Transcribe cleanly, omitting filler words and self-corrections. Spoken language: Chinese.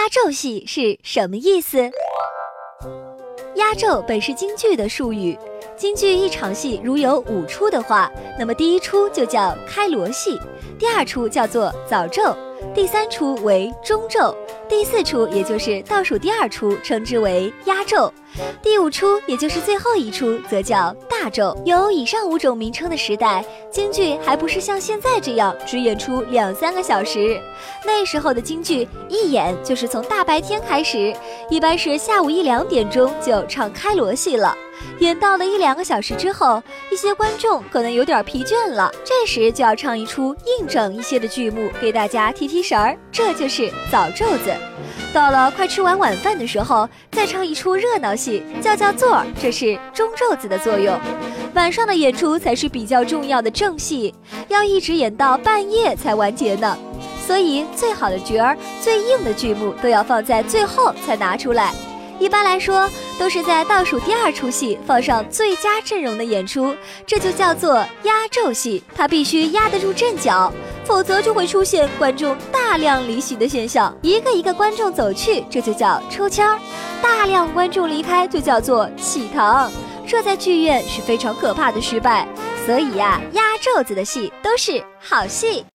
压轴戏是什么意思？压轴本是京剧的术语，京剧一场戏如有5出的话，那么第1出就叫开锣戏，第2出叫做早奏，第3出为中奏，第4出也就是倒数第2出称之为压轴，第5出也就是最后1出则叫大奏。有以上5种名称的时代，京剧还不是像现在这样只演出2-3个小时，那时候的京剧一演就是从大白天开始，一般是下午1-2点钟就唱开锣戏了，演到了1-2个小时之后，一些观众可能有点疲倦了，这时就要唱一出硬整一些的剧目给大家提提神儿，这就是早奏子。到了快吃完晚饭的时候，再唱一出热闹戏，叫座儿，这是中奏子的作用。晚上的演出才是比较重要的正戏，要一直演到半夜才完结呢。所以最好的角儿、最硬的剧目都要放在最后才拿出来。一般来说，都是在倒数第2出戏放上最佳阵容的演出，这就叫做压轴戏。它必须压得住阵脚，否则就会出现观众大量离席的现象。一个一个观众走去，这就叫抽签儿；大量观众离开，就叫做弃堂。这在剧院是非常可怕的失败。所以呀，压轴子的戏都是好戏。